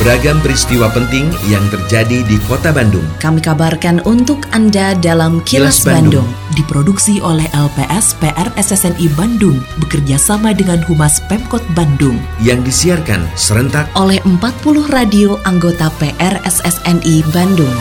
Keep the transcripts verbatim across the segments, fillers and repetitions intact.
Beragam peristiwa penting yang terjadi di Kota Bandung kami kabarkan untuk Anda dalam Kilas, Kilas Bandung. Bandung. Diproduksi oleh L P S P R S S N I Bandung bekerja sama dengan Humas Pemkot Bandung. Yang disiarkan serentak oleh empat puluh radio anggota P R S S N I Bandung.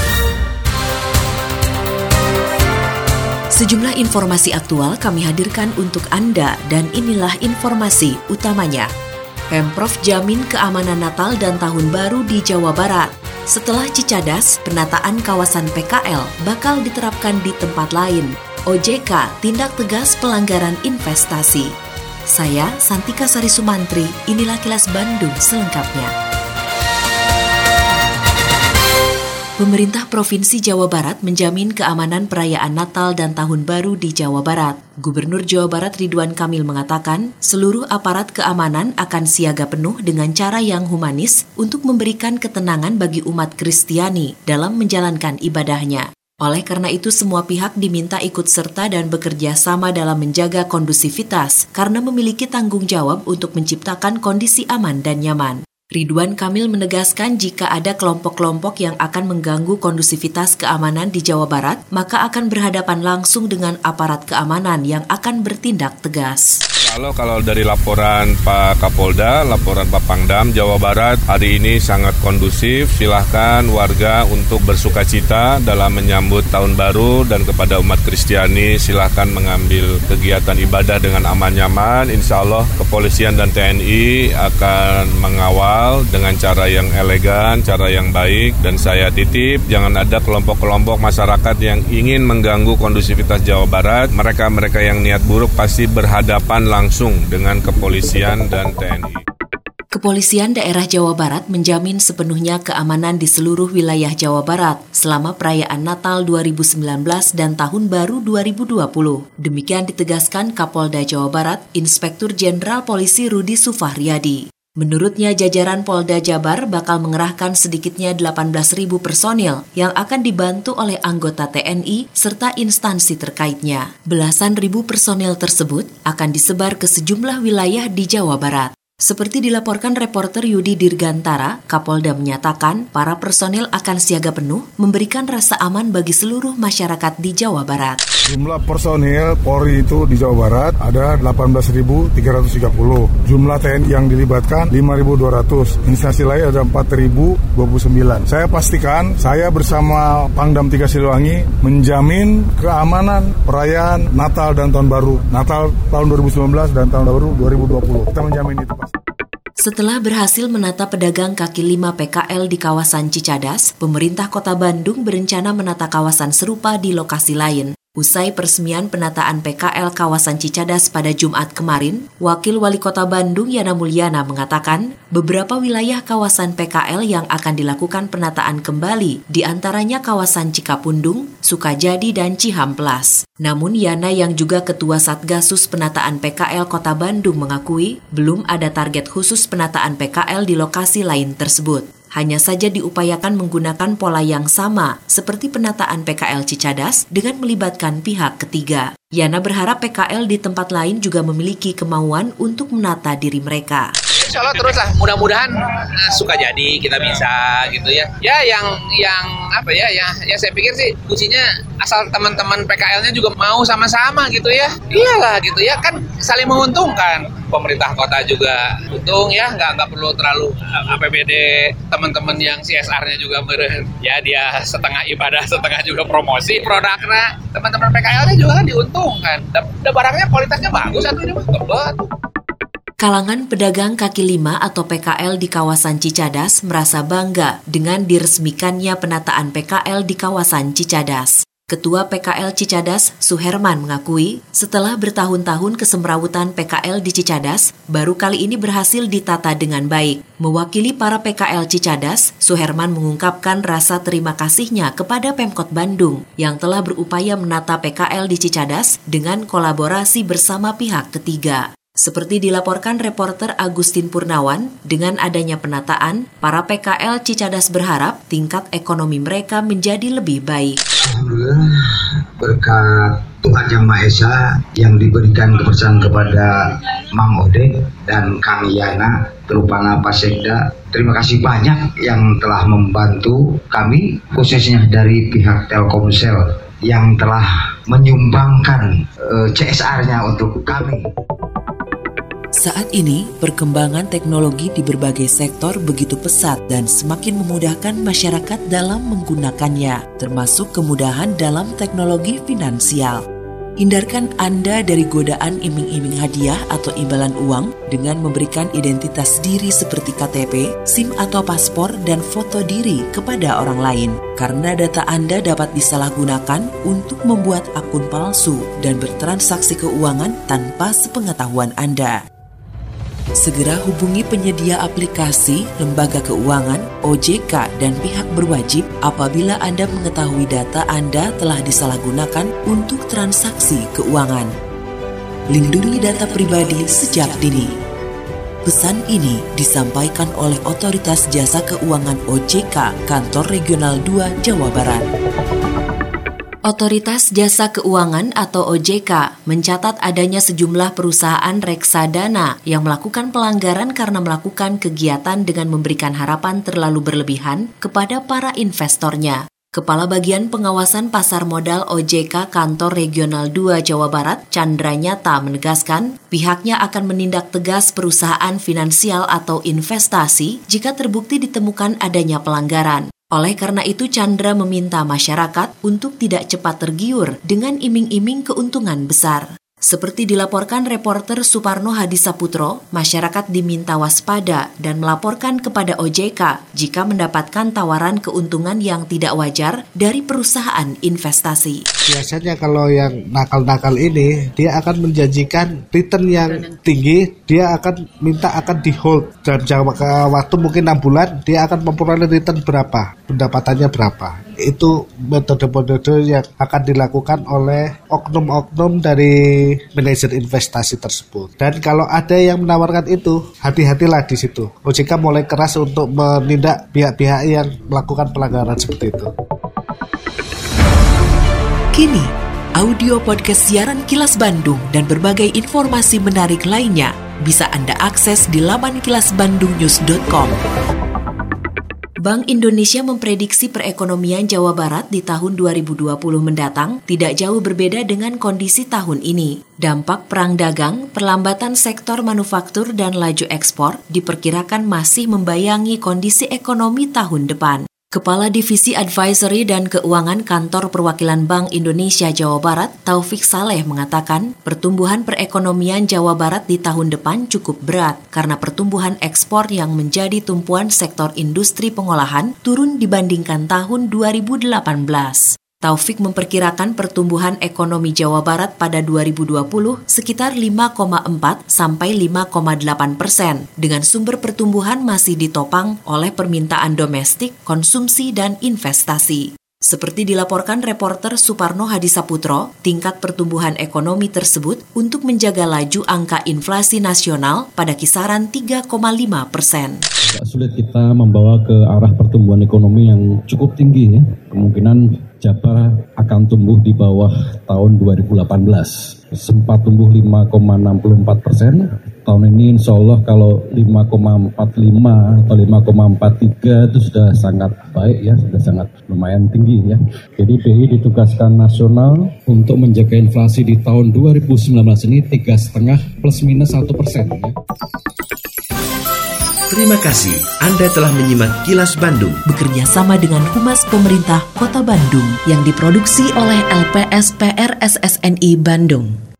Sejumlah informasi aktual kami hadirkan untuk Anda dan inilah informasi utamanya. Pemprov jamin keamanan Natal dan Tahun Baru di Jawa Barat. Setelah Cicadas, penataan kawasan P K L bakal diterapkan di tempat lain. O J K tindak tegas pelanggaran investasi. Saya Santika Sari Sumantri, inilah Kilas Bandung selengkapnya. Pemerintah Provinsi Jawa Barat menjamin keamanan perayaan Natal dan Tahun Baru di Jawa Barat. Gubernur Jawa Barat Ridwan Kamil mengatakan, seluruh aparat keamanan akan siaga penuh dengan cara yang humanis untuk memberikan ketenangan bagi umat Kristiani dalam menjalankan ibadahnya. Oleh karena itu, semua pihak diminta ikut serta dan bekerja sama dalam menjaga kondusivitas karena memiliki tanggung jawab untuk menciptakan kondisi aman dan nyaman. Ridwan Kamil menegaskan jika ada kelompok-kelompok yang akan mengganggu kondusivitas keamanan di Jawa Barat, maka akan berhadapan langsung dengan aparat keamanan yang akan bertindak tegas. Kalau kalau dari laporan Pak Kapolda, laporan Pak Pangdam, Jawa Barat hari ini sangat kondusif. Silahkan warga untuk bersukacita dalam menyambut Tahun Baru dan kepada umat Kristiani silahkan mengambil kegiatan ibadah dengan aman nyaman. Insya Allah kepolisian dan T N I akan mengawal dengan cara yang elegan, cara yang baik. Dan saya titip jangan ada kelompok-kelompok masyarakat yang ingin mengganggu kondusivitas Jawa Barat. Mereka-mereka yang niat buruk pasti berhadapan langsung langsung dengan kepolisian dan T N I. Kepolisian daerah Jawa Barat menjamin sepenuhnya keamanan di seluruh wilayah Jawa Barat selama perayaan Natal dua ribu sembilan belas dan Tahun Baru dua ribu dua puluh. Demikian ditegaskan Kapolda Jawa Barat, Inspektur Jenderal Polisi Rudi Sufahriyadi. Menurutnya, jajaran Polda Jabar bakal mengerahkan sedikitnya delapan belas ribu personil yang akan dibantu oleh anggota T N I serta instansi terkaitnya. Belasan ribu personil tersebut akan disebar ke sejumlah wilayah di Jawa Barat. Seperti dilaporkan reporter Yudi Dirgantara, Kapolda menyatakan para personil akan siaga penuh memberikan rasa aman bagi seluruh masyarakat di Jawa Barat. Jumlah personil Polri itu di Jawa Barat ada delapan belas ribu tiga ratus tiga puluh. Jumlah T N I yang dilibatkan lima ribu dua ratus. Instansi lain ada empat ribu dua puluh sembilan. Saya pastikan saya bersama Pangdam tiga Siliwangi menjamin keamanan perayaan Natal dan Tahun Baru. Natal tahun dua ribu sembilan belas dan Tahun Baru dua ribu dua puluh. Kita menjamin itu, Pak. Setelah berhasil menata pedagang kaki lima P K L di kawasan Cicadas, pemerintah Kota Bandung berencana menata kawasan serupa di lokasi lain. Usai peresmian penataan P K L kawasan Cicadas pada Jumat kemarin, Wakil Wali Kota Bandung Yana Mulyana mengatakan beberapa wilayah kawasan P K L yang akan dilakukan penataan kembali, diantaranya kawasan Cikapundung, Sukajadi, dan Cihamplas. Namun Yana yang juga Ketua Satgasus Penataan P K L Kota Bandung mengakui belum ada target khusus penataan P K L di lokasi lain tersebut. Hanya saja diupayakan menggunakan pola yang sama seperti penataan P K L Cicadas dengan melibatkan pihak ketiga. Yana berharap P K L di tempat lain juga memiliki kemauan untuk menata diri mereka. Insya Allah terus lah, mudah-mudahan uh, suka jadi kita bisa gitu ya. Ya yang yang apa ya ya ya saya pikir sih kuncinya asal teman-teman P K L-nya juga mau sama-sama gitu ya. Iyalah gitu ya, kan saling menguntungkan. Pemerintah kota juga untung ya, nggak nggak perlu terlalu A P B D. Teman-teman yang C S R-nya juga meren. Ya dia setengah ibadah, setengah juga promosi produknya. Teman-teman P K L-nya juga kan diuntungkan. Dan barangnya kualitasnya bagus, satu ini mah tebet. Kalangan pedagang kaki lima atau P K L di kawasan Cicadas merasa bangga dengan diresmikannya penataan P K L di kawasan Cicadas. Ketua P K L Cicadas, Suherman, mengakui setelah bertahun-tahun kesemrawutan P K L di Cicadas, baru kali ini berhasil ditata dengan baik. Mewakili para P K L Cicadas, Suherman mengungkapkan rasa terima kasihnya kepada Pemkot Bandung yang telah berupaya menata P K L di Cicadas dengan kolaborasi bersama pihak ketiga. Seperti dilaporkan reporter Agustin Purnawan, dengan adanya penataan, para P K L Cicadas berharap tingkat ekonomi mereka menjadi lebih baik. Alhamdulillah, berkat Tuhan Yang Maha Esa yang diberikan kepercayaan kepada Mang Odeng dan Kang Yana, terutama Pak Sekda. Terima kasih banyak yang telah membantu kami, khususnya dari pihak Telkomsel yang telah menyumbangkan uh, C S R-nya untuk kami. Saat ini, perkembangan teknologi di berbagai sektor begitu pesat dan semakin memudahkan masyarakat dalam menggunakannya, termasuk kemudahan dalam teknologi finansial. Hindarkan Anda dari godaan iming-iming hadiah atau imbalan uang dengan memberikan identitas diri seperti K T P, SIM atau paspor, dan foto diri kepada orang lain. Karena data Anda dapat disalahgunakan untuk membuat akun palsu dan bertransaksi keuangan tanpa sepengetahuan Anda. Segera hubungi penyedia aplikasi, lembaga keuangan, O J K, dan pihak berwajib apabila Anda mengetahui data Anda telah disalahgunakan untuk transaksi keuangan. Lindungi data pribadi sejak dini. Pesan ini disampaikan oleh Otoritas Jasa Keuangan O J K, Kantor Regional dua Jawa Barat. Otoritas Jasa Keuangan atau O J K mencatat adanya sejumlah perusahaan reksadana yang melakukan pelanggaran karena melakukan kegiatan dengan memberikan harapan terlalu berlebihan kepada para investornya. Kepala Bagian Pengawasan Pasar Modal O J K Kantor Regional dua Jawa Barat, Chandra Nyata, menegaskan pihaknya akan menindak tegas perusahaan finansial atau investasi jika terbukti ditemukan adanya pelanggaran. Oleh karena itu, Chandra meminta masyarakat untuk tidak cepat tergiur dengan iming-iming keuntungan besar. Seperti dilaporkan reporter Suparno Hadisaputro, masyarakat diminta waspada dan melaporkan kepada O J K jika mendapatkan tawaran keuntungan yang tidak wajar dari perusahaan investasi. Biasanya kalau yang nakal-nakal ini, dia akan menjanjikan return yang tinggi, dia akan minta akan di hold dan jangka waktu mungkin enam bulan, dia akan memperoleh return berapa, pendapatannya berapa. Itu metode-metode yang akan dilakukan oleh oknum-oknum dari manajer investasi tersebut. Dan kalau ada yang menawarkan itu, hati-hatilah di situ. O J K mulai keras untuk menindak pihak-pihak yang melakukan pelanggaran seperti itu. Kini, audio podcast siaran Kilas Bandung dan berbagai informasi menarik lainnya bisa Anda akses di laman kilas bandung news dot com. Bank Indonesia memprediksi perekonomian Jawa Barat di tahun dua ribu dua puluh mendatang tidak jauh berbeda dengan kondisi tahun ini. Dampak perang dagang, perlambatan sektor manufaktur dan laju ekspor diperkirakan masih membayangi kondisi ekonomi tahun depan. Kepala Divisi Advisory dan Keuangan Kantor Perwakilan Bank Indonesia Jawa Barat, Taufik Saleh, mengatakan pertumbuhan perekonomian Jawa Barat di tahun depan cukup berat karena pertumbuhan ekspor yang menjadi tumpuan sektor industri pengolahan turun dibandingkan tahun dua ribu delapan belas. Taufik memperkirakan pertumbuhan ekonomi Jawa Barat pada dua ribu dua puluh sekitar lima koma empat sampai lima koma delapan persen, dengan sumber pertumbuhan masih ditopang oleh permintaan domestik, konsumsi, dan investasi. Seperti dilaporkan reporter Suparno Hadisaputro, tingkat pertumbuhan ekonomi tersebut untuk menjaga laju angka inflasi nasional pada kisaran tiga koma lima persen. Agak sulit kita membawa ke arah pertumbuhan ekonomi yang cukup tinggi ya. Kemungkinan Jabar akan tumbuh di bawah tahun dua ribu delapan belas. Sempat tumbuh lima koma enam empat persen. Tahun ini insya Allah kalau lima koma empat lima atau lima koma empat tiga itu sudah sangat baik ya, sudah sangat lumayan tinggi ya. Jadi B I ditugaskan nasional untuk menjaga inflasi di tahun dua ribu sembilan belas ini tiga koma lima plus minus satu persen ya. Terima kasih Anda telah menyimak Kilas Bandung bekerja sama dengan Humas Pemerintah Kota Bandung yang diproduksi oleh L P S P R S S N I Bandung.